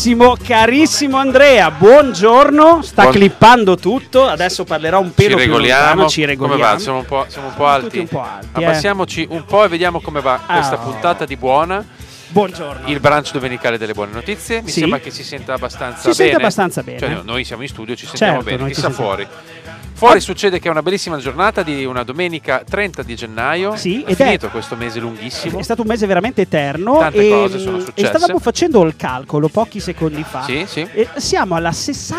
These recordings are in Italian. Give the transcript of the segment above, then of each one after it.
carissimo Andrea, buongiorno. Sta clippando tutto, adesso parlerà un pelo più lontano. Ci regoliamo. Come va? Siamo un po' alti. Un po' alti. Abbassiamoci un po' e vediamo come va questa puntata di Buona. Buongiorno. Il brunch domenicale delle buone notizie. Mi sembra che si senta abbastanza bene. Cioè, noi siamo in studio, ci sentiamo bene. Chissà fuori. Fuori succede che è una bellissima giornata di una domenica 30 di gennaio. Sì, è finito questo mese lunghissimo. È stato un mese veramente eterno. Tante cose sono successe. E stavamo facendo il calcolo pochi secondi fa. Sì. E siamo alla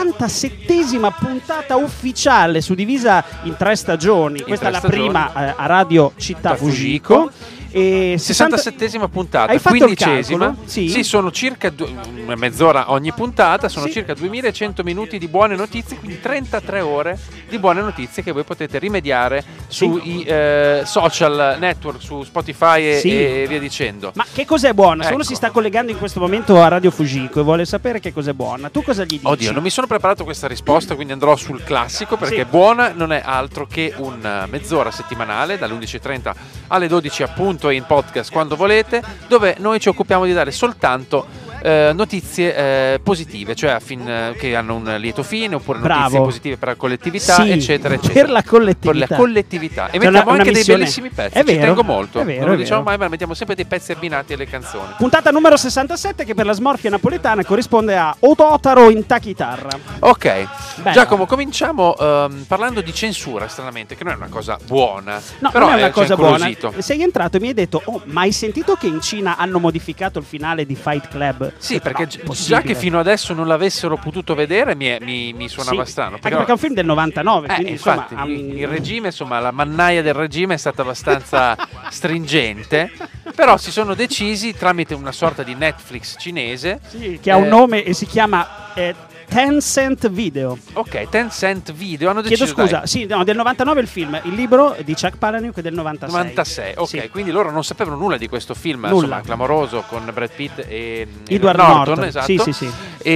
67esima puntata ufficiale, suddivisa in 3 stagioni. Questa è la prima a Radio Città Fujiko. 67esima puntata, hai fatto 15esima. Sì, sono circa mezz'ora ogni puntata, sono circa 2100 minuti di buone notizie, quindi 33 ore di buone notizie che voi potete rimediare sui social network, su Spotify e via dicendo. Ma che cos'è buona? Se Ecco. uno si sta collegando in questo momento a Radio Fujiko e vuole sapere che cos'è buona, tu cosa gli dici? Oddio, non mi sono preparato questa risposta, quindi andrò sul classico, perché buona non è altro che un mezz'ora settimanale dalle 11:30 alle 12, appunto, in podcast quando volete, dove noi ci occupiamo di dare soltanto notizie positive, cioè che hanno un lieto fine, oppure notizie positive per la collettività, eccetera, eccetera. Per la collettività. E mettiamo anche dei bellissimi pezzi. È vero, ci tengo molto. È vero, non lo diciamo mai, ma mettiamo sempre dei pezzi abbinati alle canzoni. Puntata numero 67, che per la smorfia napoletana corrisponde a Ototaro in tachitarra. Ok, Bella. Giacomo, cominciamo parlando di censura, stranamente, che non è una cosa buona. No, però non è una cosa buona. incuriosito. Sei entrato e mi hai detto: oh, ma hai sentito che in Cina hanno modificato il finale di Fight Club? Sì, perché già che fino adesso non l'avessero potuto vedere mi suonava strano. Anche perché è un film del 99, quindi infatti, il regime, insomma, la mannaia del regime è stata abbastanza stringente, però si sono decisi tramite una sorta di Netflix cinese, che ha un nome e si chiama Tencent Video. Ok, Tencent Video hanno deciso. Chiedo scusa, del 99 il film, il libro di Chuck Palahniuk è del 96. Ok, quindi loro non sapevano nulla di questo film, insomma, clamoroso, con Brad Pitt e Edward Norton. Esatto. Sì.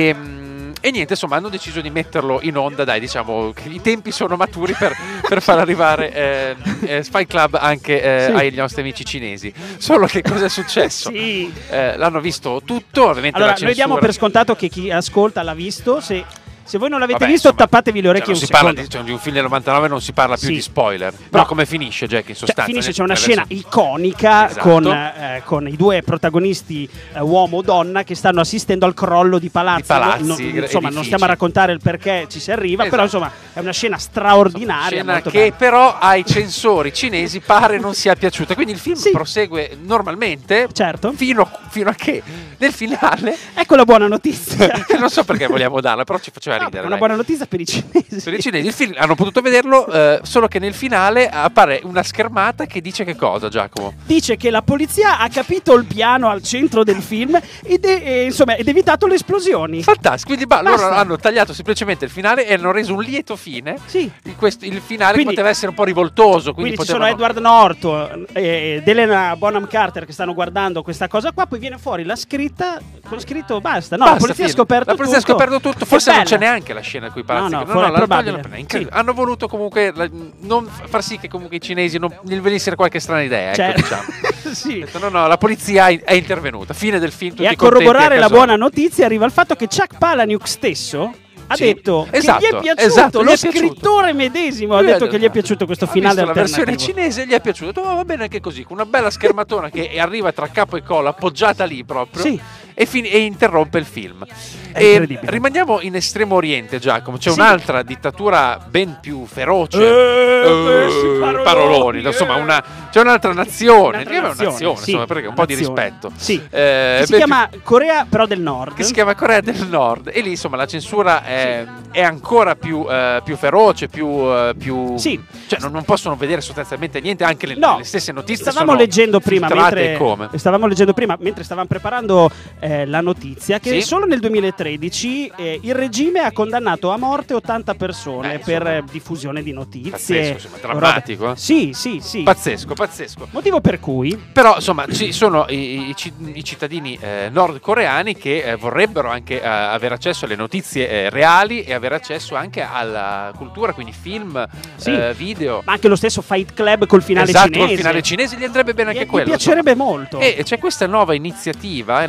E niente, insomma, hanno deciso di metterlo in onda, diciamo che i tempi sono maturi per far arrivare Fight Club anche ai nostri amici cinesi. Solo che cosa è successo? L'hanno visto tutto, ovviamente. Allora, noi diamo per scontato che chi ascolta l'ha visto. Se voi non l'avete visto, insomma, tappatevi le orecchie un secondo. Di un film del 99 non si parla più di spoiler. Però come finisce, Jack, in sostanza? Finisce, c'è una scena iconica con i due protagonisti uomo-donna che stanno assistendo al crollo di palazzi. Insomma, non stiamo a raccontare il perché ci si arriva, però insomma è una scena straordinaria. Scena che però ai censori cinesi pare non sia piaciuta. Quindi il film prosegue normalmente, fino a che nel finale... Ecco la buona notizia. Che non so perché vogliamo darla, però ci faceva ridere. È una buona notizia per i cinesi. Per i cinesi il film hanno potuto vederlo, solo che nel finale appare una schermata che dice che cosa, Giacomo? Dice che la polizia ha capito il piano al centro del film ed evitato le esplosioni. Fantastico, quindi loro hanno tagliato semplicemente il finale e hanno reso un lieto fine. Il finale poteva essere un po' rivoltoso. Quindi ci sono Edward Norton ed Helena Bonham Carter che stanno guardando questa cosa qua, poi viene fuori la scritta con scritto basta. No, la polizia ha scoperto tutto. Forse non c'è neanche la scena in cui palazzi. No, è probabile. Hanno voluto comunque non far sì che comunque i cinesi non gli venisse qualche strana idea, diciamo. No, la polizia è intervenuta. Fine del film. E a corroborare la buona notizia arriva il fatto che Chuck Palahniuk stesso ha detto che gli è piaciuto, lo scrittore medesimo ha detto che gli è piaciuto questo finale alternativo. La versione cinese gli è piaciuto, va bene anche così, con una bella schermatona che arriva tra capo e collo, appoggiata lì proprio, e interrompe il film. E rimaniamo in Estremo Oriente, Giacomo. C'è un'altra dittatura ben più feroce. Paroloni, insomma, c'è un'altra nazione. Insomma, perché un po' di rispetto. Si chiama Corea però del Nord. Che si chiama Corea del Nord. E lì, insomma, la censura è ancora più feroce, cioè non possono vedere sostanzialmente niente, anche le stesse notizie. Stavamo leggendo prima mentre stavamo preparando la notizia che solo nel 2013 il regime ha condannato a morte 80 persone per diffusione di notizie. Pazzesco, drammatico. Sì. Pazzesco. Motivo per cui però insomma ci sono i cittadini nordcoreani che vorrebbero anche avere accesso alle notizie reali e avere accesso anche alla cultura, quindi film, video. Ma anche lo stesso Fight Club col finale cinese. Col finale cinese gli andrebbe bene anche quello. Mi piacerebbe molto. E c'è questa nuova iniziativa, in realtà la notizia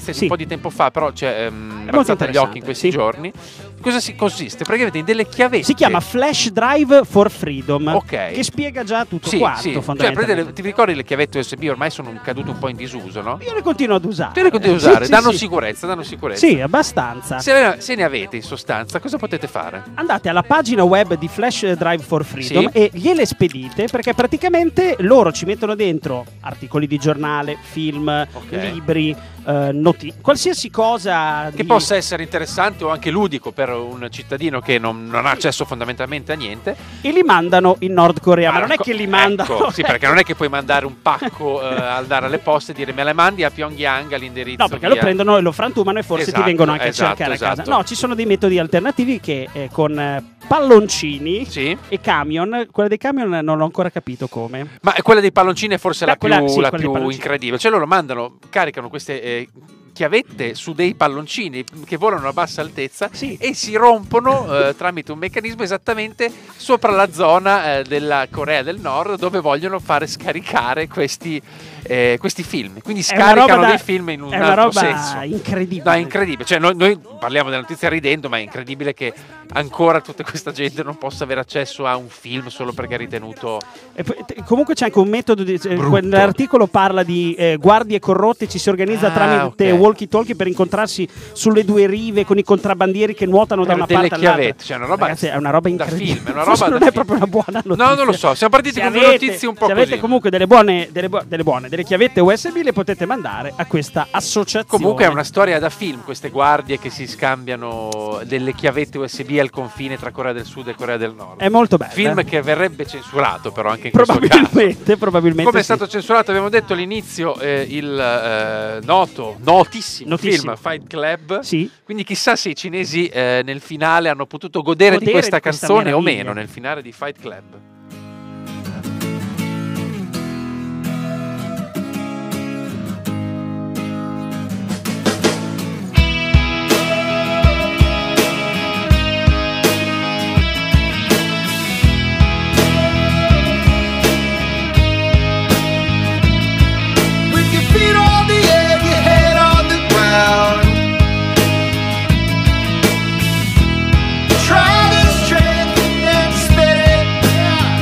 notizia di un po' di tempo fa, però è molto agli occhi in questi giorni. Cosa consiste? Praticamente in delle chiavette. Si chiama Flash Drive for Freedom, ok, che spiega già tutto quanto, fondamentalmente. Ti ricordi le chiavette USB ormai sono cadute un po' in disuso, no? Io le continuo ad usare. Te le continui ad usare, danno sicurezza. Sì, abbastanza. Se ne avete in sostanza, cosa potete fare? Andate alla pagina web di Flash Drive for Freedom e gliele spedite, perché praticamente loro ci mettono dentro articoli di giornale, film, libri, qualsiasi cosa che possa essere interessante o anche ludico per un cittadino che non ha accesso fondamentalmente a niente, e li mandano in Nord Corea. Ma non è che li mandano, sì, perché non è che puoi mandare un pacco andare alle poste e dire me le mandi a Pyongyang all'indirizzo. No, perché lo prendono e lo frantumano e forse ti vengono anche a cercare a casa. No, ci sono dei metodi alternativi che con palloncini e camion. Quella dei camion non ho ancora capito come. Ma quella dei palloncini è forse la più incredibile. Cioè loro caricano queste chiavette su dei palloncini che volano a bassa altezza e si rompono tramite un meccanismo esattamente sopra la zona della Corea del Nord, dove vogliono fare scaricare questi film. Quindi scaricano dei film in un altro senso. Incredibile. No, è incredibile. Cioè, noi parliamo della notizia ridendo, ma è incredibile che ancora tutta questa gente non possa avere accesso a un film solo perché è ritenuto. Comunque c'è anche un metodo. L'articolo parla di guardie corrotte, ci si organizza tramite walkie-talkie per incontrarsi sulle due rive con i contrabbandieri che nuotano da una parte all'altra. Cioè, una roba, ragazzi, è una roba incredibile. Film, è una roba non è proprio una buona notizia. No, non lo so. Siamo partiti con due notizie un po' così. Se avete comunque delle chiavette USB, le potete mandare a questa associazione. Comunque è una storia da film, queste guardie che si scambiano delle chiavette USB al confine tra Corea del Sud e Corea del Nord. È molto bello. Film che verrebbe censurato, però anche in questo caso. Probabilmente. Come è stato censurato, abbiamo detto all'inizio, il notissimo film Fight Club. Sì. Quindi chissà se i cinesi nel finale hanno potuto godere di questa canzone o meno, nel finale di Fight Club. Try to strengthen that spirit.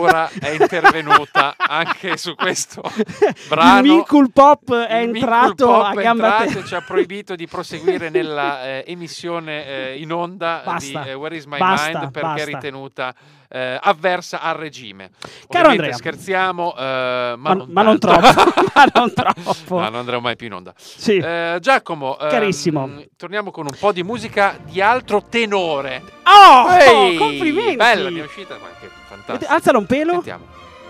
censura è intervenuta anche su questo brano. Il Mickle Pop è entrato a gamba tesa e ci ha proibito di proseguire nella emissione in onda di Where is my mind, perché è ritenuta avversa al regime. Caro Andrea, scherziamo, ma non troppo. Ma non troppo. No, non andremo mai più in onda. Sì. Giacomo, carissimo, torniamo con un po' di musica di altro tenore. Oh, complimenti! Bella, mi è uscita, ma che fantastico. Alzalo un pelo. Sentiamo.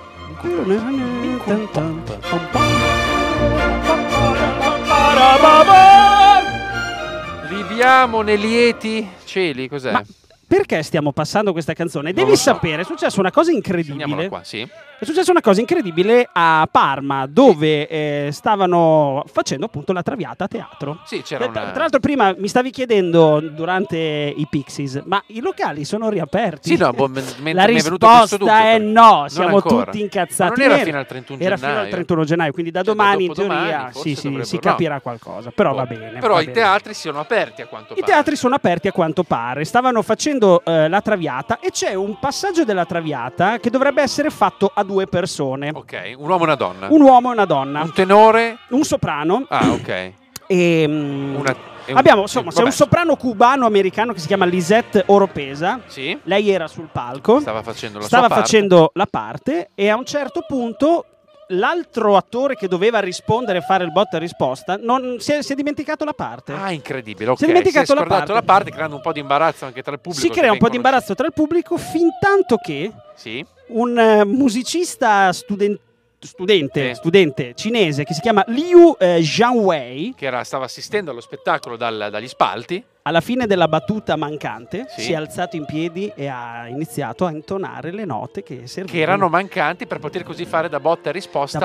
Viviamo nei lieti cieli, cos'è? Ma perché stiamo passando questa canzone? Devi sapere, è successa una cosa incredibile. Qua, sì. È successa una cosa incredibile a Parma, dove stavano facendo appunto la Traviata a teatro. Sì, c'era Tra l'altro prima mi stavi chiedendo durante i Pixies, ma i locali sono riaperti? Sì, no, la risposta è no, siamo tutti incazzati. Ma non era fino al 31 gennaio? Era fino al 31 gennaio, quindi da domani in teoria si capirà qualcosa, però va bene. Però i teatri sono aperti a quanto pare. I teatri sono aperti a quanto pare, stavano facendo la Traviata e c'è un passaggio della Traviata che dovrebbe essere fatto a 2 persone. Ok, un uomo e una donna. Un uomo e una donna. Un tenore. Un soprano. Ah, ok. Abbiamo, insomma, c'è un soprano cubano-americano che si chiama Lisette Oropesa. Sì. Lei era sul palco. Stava facendo la parte e a un certo punto l'altro attore che doveva rispondere e fare il botta e risposta si è dimenticato la parte. Ah, incredibile. Okay. Si è dimenticato la parte, creando un po' di imbarazzo anche tra il pubblico. Si crea un po' di imbarazzo tra il pubblico, fin tanto che un musicista studente cinese che si chiama Liu Zhangwei, che stava assistendo allo spettacolo dagli spalti, alla fine della battuta mancante si è alzato in piedi e ha iniziato a intonare le note che servivano, che erano mancanti, per poter così fare da botta e risposta,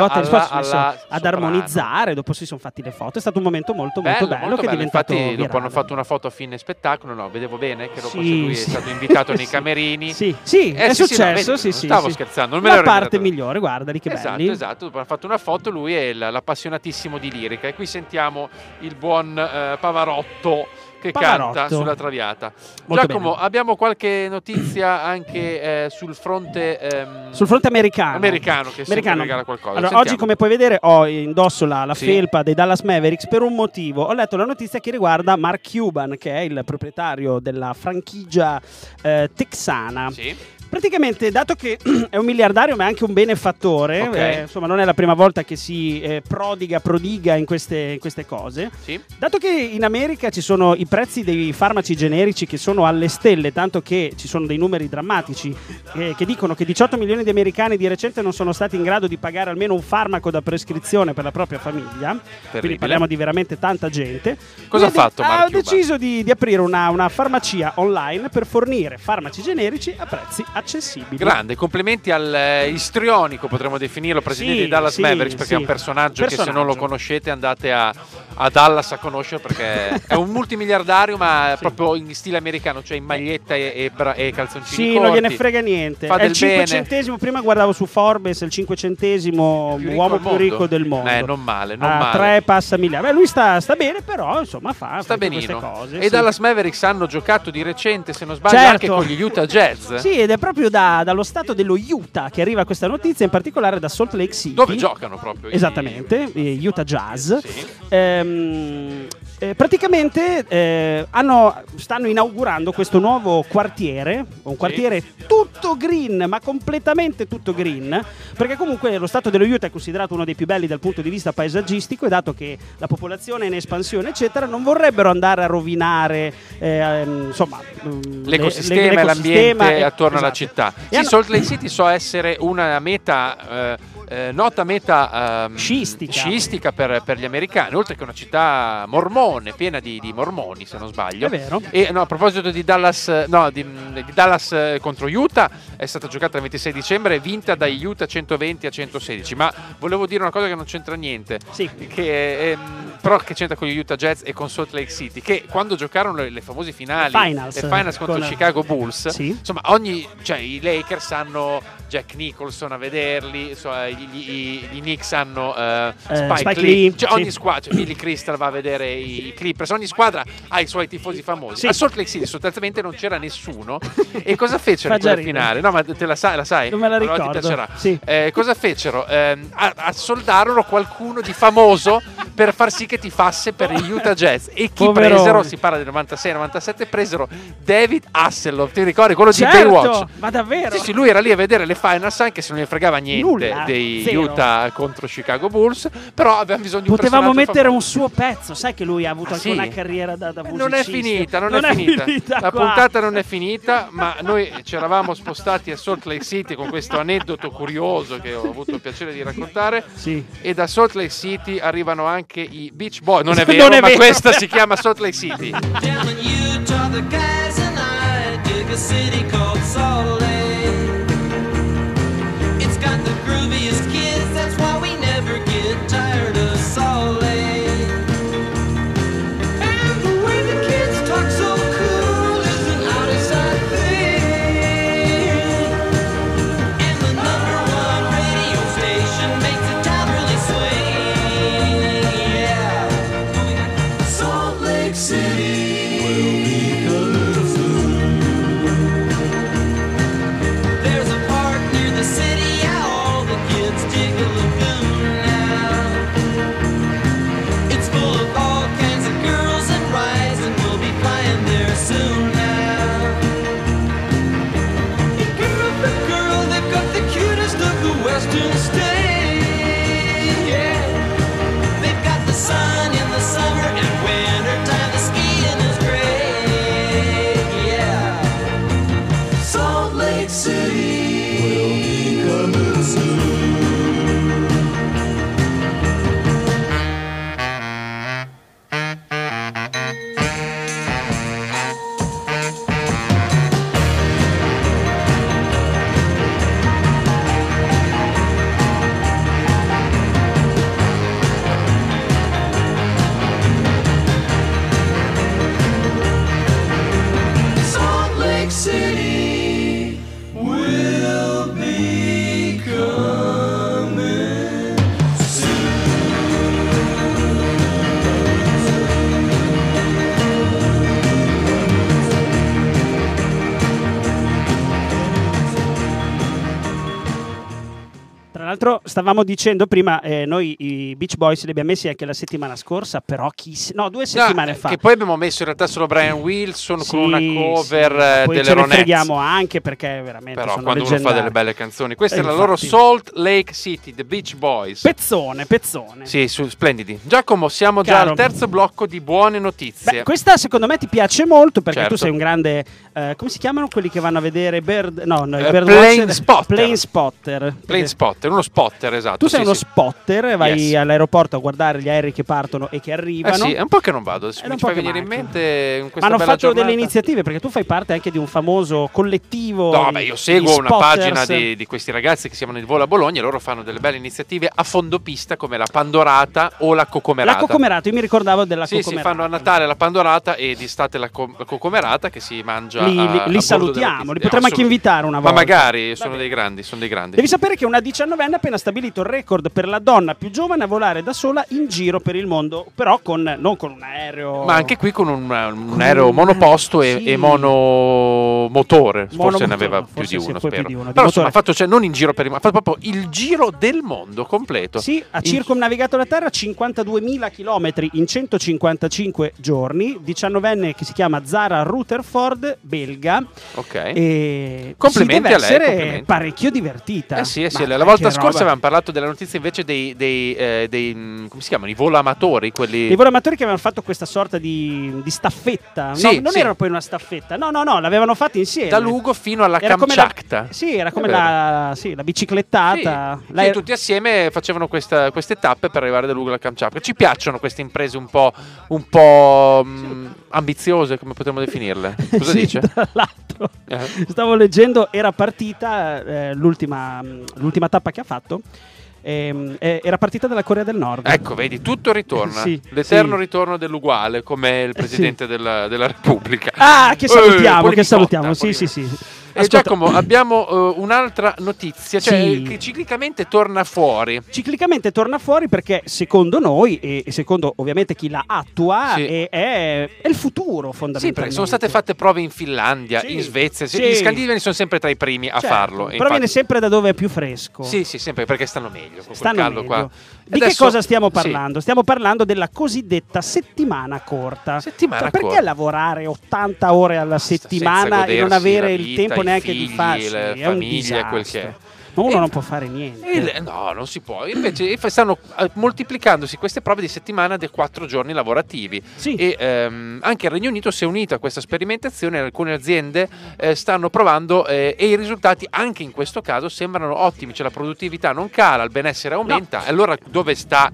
ad armonizzare. Dopo si sono fatti le foto, è stato un momento molto bello che è diventato infatti virale. Dopo hanno fatto una foto a fine spettacolo, vedevo bene che dopo lui è stato invitato nei camerini. È successo. Stavo scherzando, non me la parte migliore, guardali che belli. Esatto, dopo hanno fatto una foto, lui è l'appassionatissimo di lirica, e qui sentiamo il buon Pavarotto che canta sulla Traviata. Molto Giacomo, bene. abbiamo qualche notizia anche sul fronte americano che sempre regala qualcosa. Allora, oggi, come puoi vedere, ho indosso la felpa dei Dallas Mavericks per un motivo. Ho letto la notizia che riguarda Mark Cuban, che è il proprietario della franchigia texana. Praticamente, dato che è un miliardario ma è anche un benefattore, insomma non è la prima volta che si prodiga in queste cose, dato che in America ci sono i prezzi dei farmaci generici che sono alle stelle, tanto che ci sono dei numeri drammatici che dicono che 18 milioni di americani di recente non sono stati in grado di pagare almeno un farmaco da prescrizione per la propria famiglia. Quindi parliamo di veramente tanta gente. Cosa ha fatto Mark Cuban? Ha deciso di aprire una farmacia online per fornire farmaci generici a prezzi accessibili. Grande, complimenti al istrionico, potremmo definirlo, presidente di Dallas Mavericks, perché è un personaggio che, se non lo conoscete, andate a Dallas a conoscere, perché è un multimiliardario, ma proprio in stile americano, cioè in maglietta e calzoncini corti. Non gliene frega niente. È il 500esimo, prima guardavo su Forbes, il 500esimo uomo più ricco del mondo. Non male. 3 passa miliardi. Lui sta bene, però insomma sta benino. Queste cose. E Dallas Mavericks hanno giocato di recente, se non sbaglio, anche con gli Utah Jazz. Sì, ed è proprio dallo stato dello Utah che arriva questa notizia, in particolare da Salt Lake City, dove giocano proprio esattamente Utah Jazz. Praticamente stanno inaugurando questo nuovo quartiere, un quartiere tutto green, ma completamente tutto green, perché comunque lo stato dello Utah è considerato uno dei più belli dal punto di vista paesaggistico, e dato che la popolazione è in espansione eccetera, non vorrebbero andare a rovinare l'ecosistema e l'ambiente attorno alla città. Salt Lake City so essere una nota meta sciistica per gli americani, oltre che una città mormone, piena di mormoni, se non sbaglio. È vero. E a proposito di Dallas, di Dallas contro Utah, è stata giocata il 26 dicembre e vinta dai Utah 120-116. Ma volevo dire una cosa che non c'entra niente, però che c'entra con gli Utah Jazz e con Salt Lake City, che quando giocarono le famose finali, le finals contro i Chicago Bulls, insomma ogni cioè i Lakers hanno Jack Nicholson a vederli, i Knicks hanno Spike Lee. Cioè, ogni squadra, cioè Billy Crystal va a vedere i Clippers, ogni squadra ha i suoi tifosi famosi. A Salt Lake City sostanzialmente non c'era nessuno. E cosa fecero in quella finale? No, ma te la sai? Non me la ricordo. Allora ti piacerà. Sì. Cosa fecero? Assoldarono qualcuno di famoso per far sì che tifasse per gli Utah Jazz. E chi presero? Si parla del 96-97, presero David Hasselhoff, ti ricordi? Quello di Baywatch. Ma davvero? Sì, lui era lì a vedere le finals, anche se non ne fregava niente dei zero. Utah contro Chicago Bulls, però avevamo bisogno di un Potevamo mettere famoso. un suo pezzo, sai che lui ha avuto anche una carriera da musicista. Non è finita. La puntata non è finita, ma noi ci eravamo spostati a Salt Lake City con questo aneddoto curioso che ho avuto il piacere di raccontare. Sì. E da Salt Lake City arrivano anche i Beach Boys. Non è vero, ma questa si chiama Salt Lake City. City called Salt Lake. It's got the grooviest kids, that's why we never get tired of Salt Lake. And the way the kids talk so cool is an outside thing. And the #1 radio station makes the town really swing. Yeah. Salt Lake City will be coming soon. Tra l'altro stavamo dicendo prima, noi i Beach Boys li abbiamo messi anche la settimana scorsa, però 2 settimane fa. Che poi abbiamo messo in realtà solo Brian Wilson con una cover poi delle ce ne Ronettes. freghiamo anche perché veramente però sono quando leggendari. uno fa delle belle canzoni. Questa è la infatti. loro Salt Lake City, The Beach Boys. Pezzone. Sì, splendidi. Giacomo, siamo già al terzo blocco di buone notizie. Beh, questa secondo me ti piace molto perché certo. tu sei un grande come si chiamano quelli che vanno a vedere Bird? No, Plane Spotter. Plane Spotter, uno spotter, esatto. Tu sei uno spotter, vai all'aeroporto a guardare gli aerei che partono e che arrivano. Sì, è un po' che non vado, adesso mi fai venire in mente in questa Ma hanno fatto giornata. delle iniziative perché tu fai parte anche di un famoso collettivo. No, beh, io seguo una pagina di questi ragazzi che si chiamano Il Volo a Bologna e loro fanno delle belle iniziative a fondo pista come la Pandorata o la Cocomerata. La Cocomerata, io mi ricordavo della Cocomerata. Sì, fanno a Natale la Pandorata e d'estate la Cocomerata che si mangia li salutiamo, li potremmo anche invitare una volta. Ma magari, sono dei grandi. Devi sapere che una 19enne ha appena stabilito il record per la donna più giovane a volare da sola in giro per il mondo, però non con un aereo. Ma anche qui con un aereo monoposto e monomotore, forse ne aveva più di uno, spero. Però insomma ha fatto non in giro per il mondo, ha fatto proprio il giro del mondo completo. Sì, ha circumnavigato la Terra 52.000 chilometri in 155 giorni, 19enne che si chiama Zara Rutherford, belga. Ok. E complimenti a lei. Essere parecchio divertita. Sì, la volta scorsa avevamo parlato della notizia invece dei come si chiamano? I volamatori, quelli. I volamatori che avevano fatto questa sorta di staffetta. Sì, non erano poi una staffetta. No, l'avevano fatto insieme. Da Lugo fino alla Kamchatka. Era come la biciclettata. Sì, tutti assieme facevano queste tappe per arrivare da Lugo alla Kamchatka. Ci piacciono queste imprese un po' ambiziose, come potremmo definirle. Cosa dice? Tra l'altro, stavo leggendo, era partita l'ultima tappa che ha fatto. Era partita dalla Corea del Nord. Ecco, vedi, tutto ritorna. L'eterno ritorno dell'uguale, come il presidente della Repubblica. Che salutiamo. Sì. Giacomo, abbiamo un'altra notizia, cioè che ciclicamente torna fuori. Ciclicamente torna fuori perché secondo noi e secondo ovviamente chi la attua è il futuro fondamentalmente. Sì, perché sono state fatte prove in Finlandia, in Svezia, gli scandinavi sono sempre tra i primi a farlo. Però viene sempre da dove è più fresco. Sì, sempre perché stanno meglio con stanno quel caldo meglio. qua. Di che cosa stiamo parlando? Stiamo parlando della cosiddetta settimana corta. Perché lavorare 80 ore alla settimana e non avere il tempo neanche di farsi? La famiglia, quel che è. Ma uno non può fare niente. No, non si può. Invece stanno moltiplicandosi queste prove di settimana dei 4 giorni lavorativi. E anche il Regno Unito si è unito a questa sperimentazione. Alcune aziende stanno provando e i risultati anche in questo caso sembrano ottimi. Cioè la produttività non cala, il benessere aumenta. E allora dove sta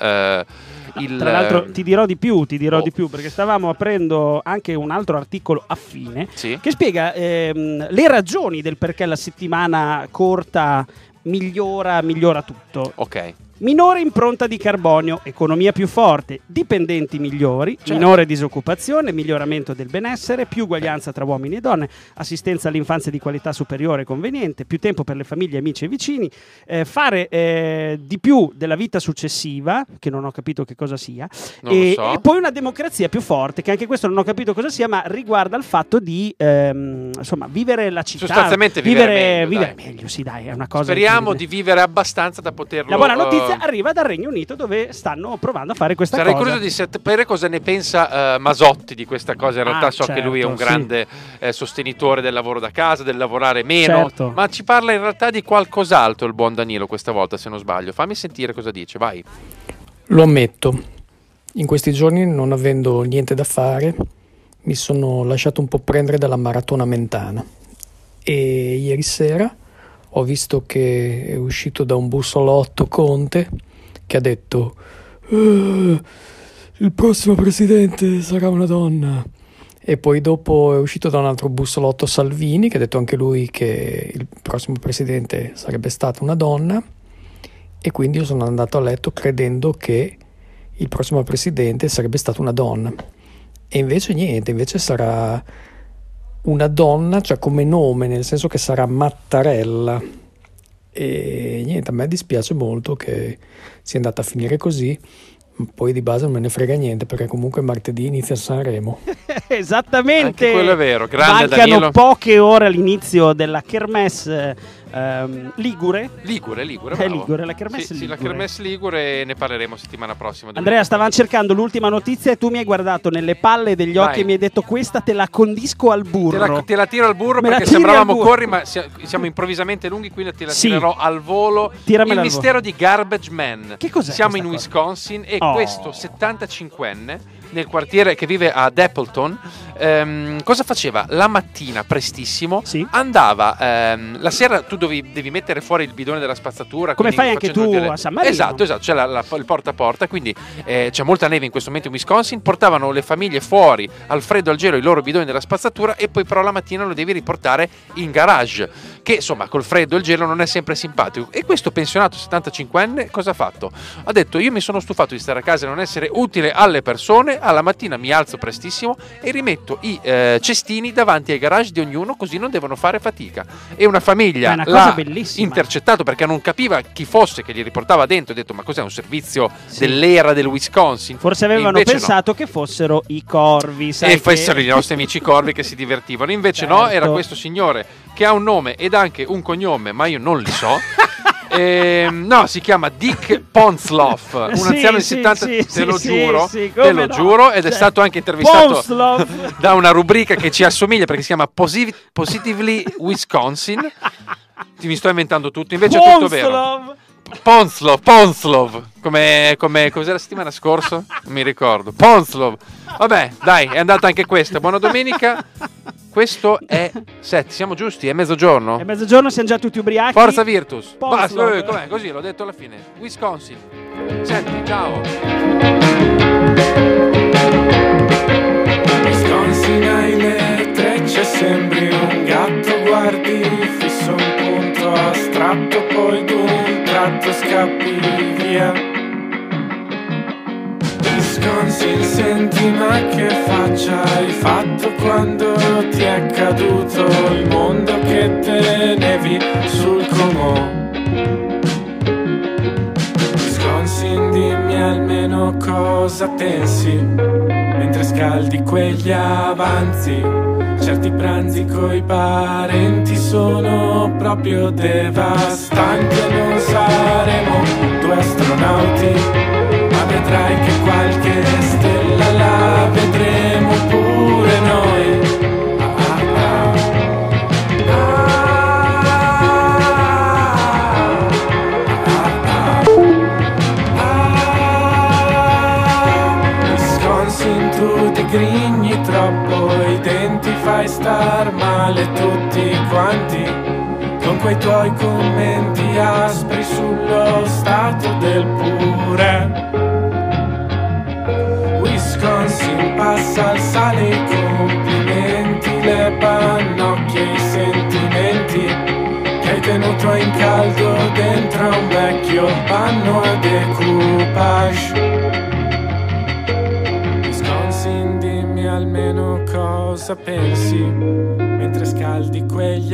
tra l'altro ti dirò di più perché stavamo aprendo anche un altro articolo affine che spiega le ragioni del perché la settimana corta migliora tutto. Ok. Minore impronta di carbonio, economia più forte, dipendenti migliori, minore disoccupazione, miglioramento del benessere, più uguaglianza tra uomini e donne, assistenza all'infanzia di qualità superiore e conveniente, più tempo per le famiglie, amici e vicini, fare di più della vita successiva, che non ho capito che cosa sia, e poi una democrazia più forte, che anche questo non ho capito cosa sia, ma riguarda il fatto di vivere la città. Sostanzialmente vivere meglio, sì dai, è una cosa. Speriamo di vivere abbastanza da poterlo. La buona notizia arriva dal Regno Unito dove stanno provando a fare questa cosa. Sarei curioso di sapere cosa ne pensa Masotti di questa cosa. In realtà so che lui è un grande sostenitore del lavoro da casa, del lavorare meno, ma ci parla in realtà di qualcos'altro il buon Danilo questa volta, se non sbaglio. Fammi sentire cosa dice, vai. Lo ammetto, in questi giorni, non avendo niente da fare, mi sono lasciato un po' prendere dalla maratona mentana e ieri sera ho visto che è uscito da un bussolotto Conte che ha detto il prossimo presidente sarà una donna, e poi dopo è uscito da un altro bussolotto Salvini che ha detto anche lui che il prossimo presidente sarebbe stata una donna, e quindi io sono andato a letto credendo che il prossimo presidente sarebbe stata una donna, e invece niente, invece sarà una donna, cioè come nome, nel senso che sarà Mattarella. E niente, a me dispiace molto che sia andata a finire così. Poi di base non me ne frega niente, perché comunque martedì inizia Sanremo. Esattamente. Anche quello è vero. Grande Mancano Danilo. poche ore all'inizio della Kermesse Ligure. Ligure, È Ligure, la Kermesse Ligure. Sì, la Kermesse Ligure, ne parleremo settimana prossima. Andrea, stavamo cercando l'ultima notizia e tu mi hai guardato nelle palle degli occhi e mi hai detto: questa te la condisco al burro. Te la tiro al burro perché sembravamo corri, ma siamo improvvisamente lunghi, quindi te la tirerò al volo. Tiramela il al mistero volo di Garbage Man. Che cos'è? Siamo in Wisconsin e questo 75enne nel quartiere che vive ad Appleton, cosa faceva? La mattina prestissimo andava, la sera tu devi mettere fuori il bidone della spazzatura, come fai anche tu a San Marino. Esatto, c'è il porta a porta, quindi c'è molta neve in questo momento in Wisconsin. Portavano le famiglie fuori al freddo, al gelo, i loro bidoni della spazzatura, e poi però la mattina lo devi riportare in garage, che insomma col freddo e il gelo non è sempre simpatico. E questo pensionato 75enne cosa ha fatto? Ha detto: io mi sono stufato di stare a casa e non essere utile alle persone, alla mattina mi alzo prestissimo e rimetto i cestini davanti ai garage di ognuno, così non devono fare fatica. E una famiglia l'ha intercettato perché non capiva chi fosse che gli riportava dentro, e ha detto: ma cos'è, un servizio dell'era del Wisconsin? Forse avevano pensato che fossero i corvi, sai, e fossero i nostri amici corvi che si divertivano. Invece no, era questo signore che ha un nome ed anche un cognome, ma io non li so. No, si chiama Dick Ponsloff, un anziano di 70, te lo giuro, ed è stato anche intervistato da una rubrica che ci assomiglia perché si chiama Positively Wisconsin. Mi sto inventando tutto, invece è tutto vero. Ponslov, come cos'era la settimana scorsa? Non mi ricordo. Ponslov. Vabbè, dai, è andata anche questa. Buona domenica. Questo è 7, siamo giusti? È mezzogiorno? È mezzogiorno, siamo già tutti ubriachi. Forza Virtus. Basta, com'è? Così l'ho detto alla fine. Wisconsin. Senti, ciao. Wisconsin hai le trecce, sembri un gatto, guardi fisso un punto astratto, poi d'un tratto scappi via. Wisconsin, senti ma che faccia hai fatto quando ti è caduto il mondo che tenevi sul comò? Wisconsin, dimmi almeno cosa pensi mentre scaldi quegli avanzi. Certi pranzi coi parenti sono proprio devastanti. Non saremo due astronauti, ma vedrai che qualche stella la vedremo pure noi. Wisconsin, tu ti grigni troppo, i denti fai star male tutti quanti, con quei tuoi commenti aspri sullo stato del pure. Wisconsin, passa il sale, i complimenti, le pannocchie, i sentimenti che hai tenuto in caldo dentro a un vecchio panno a decoupage. Wisconsin, dimmi almeno cosa pensi mentre scaldi quegli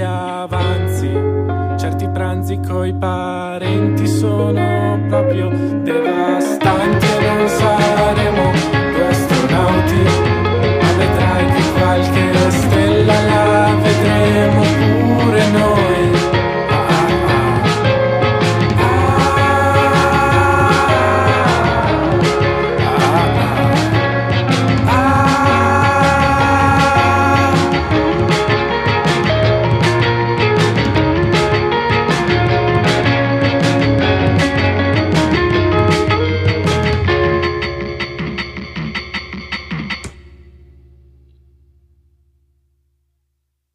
avanzi. Certi pranzi coi parenti sono proprio devastanti.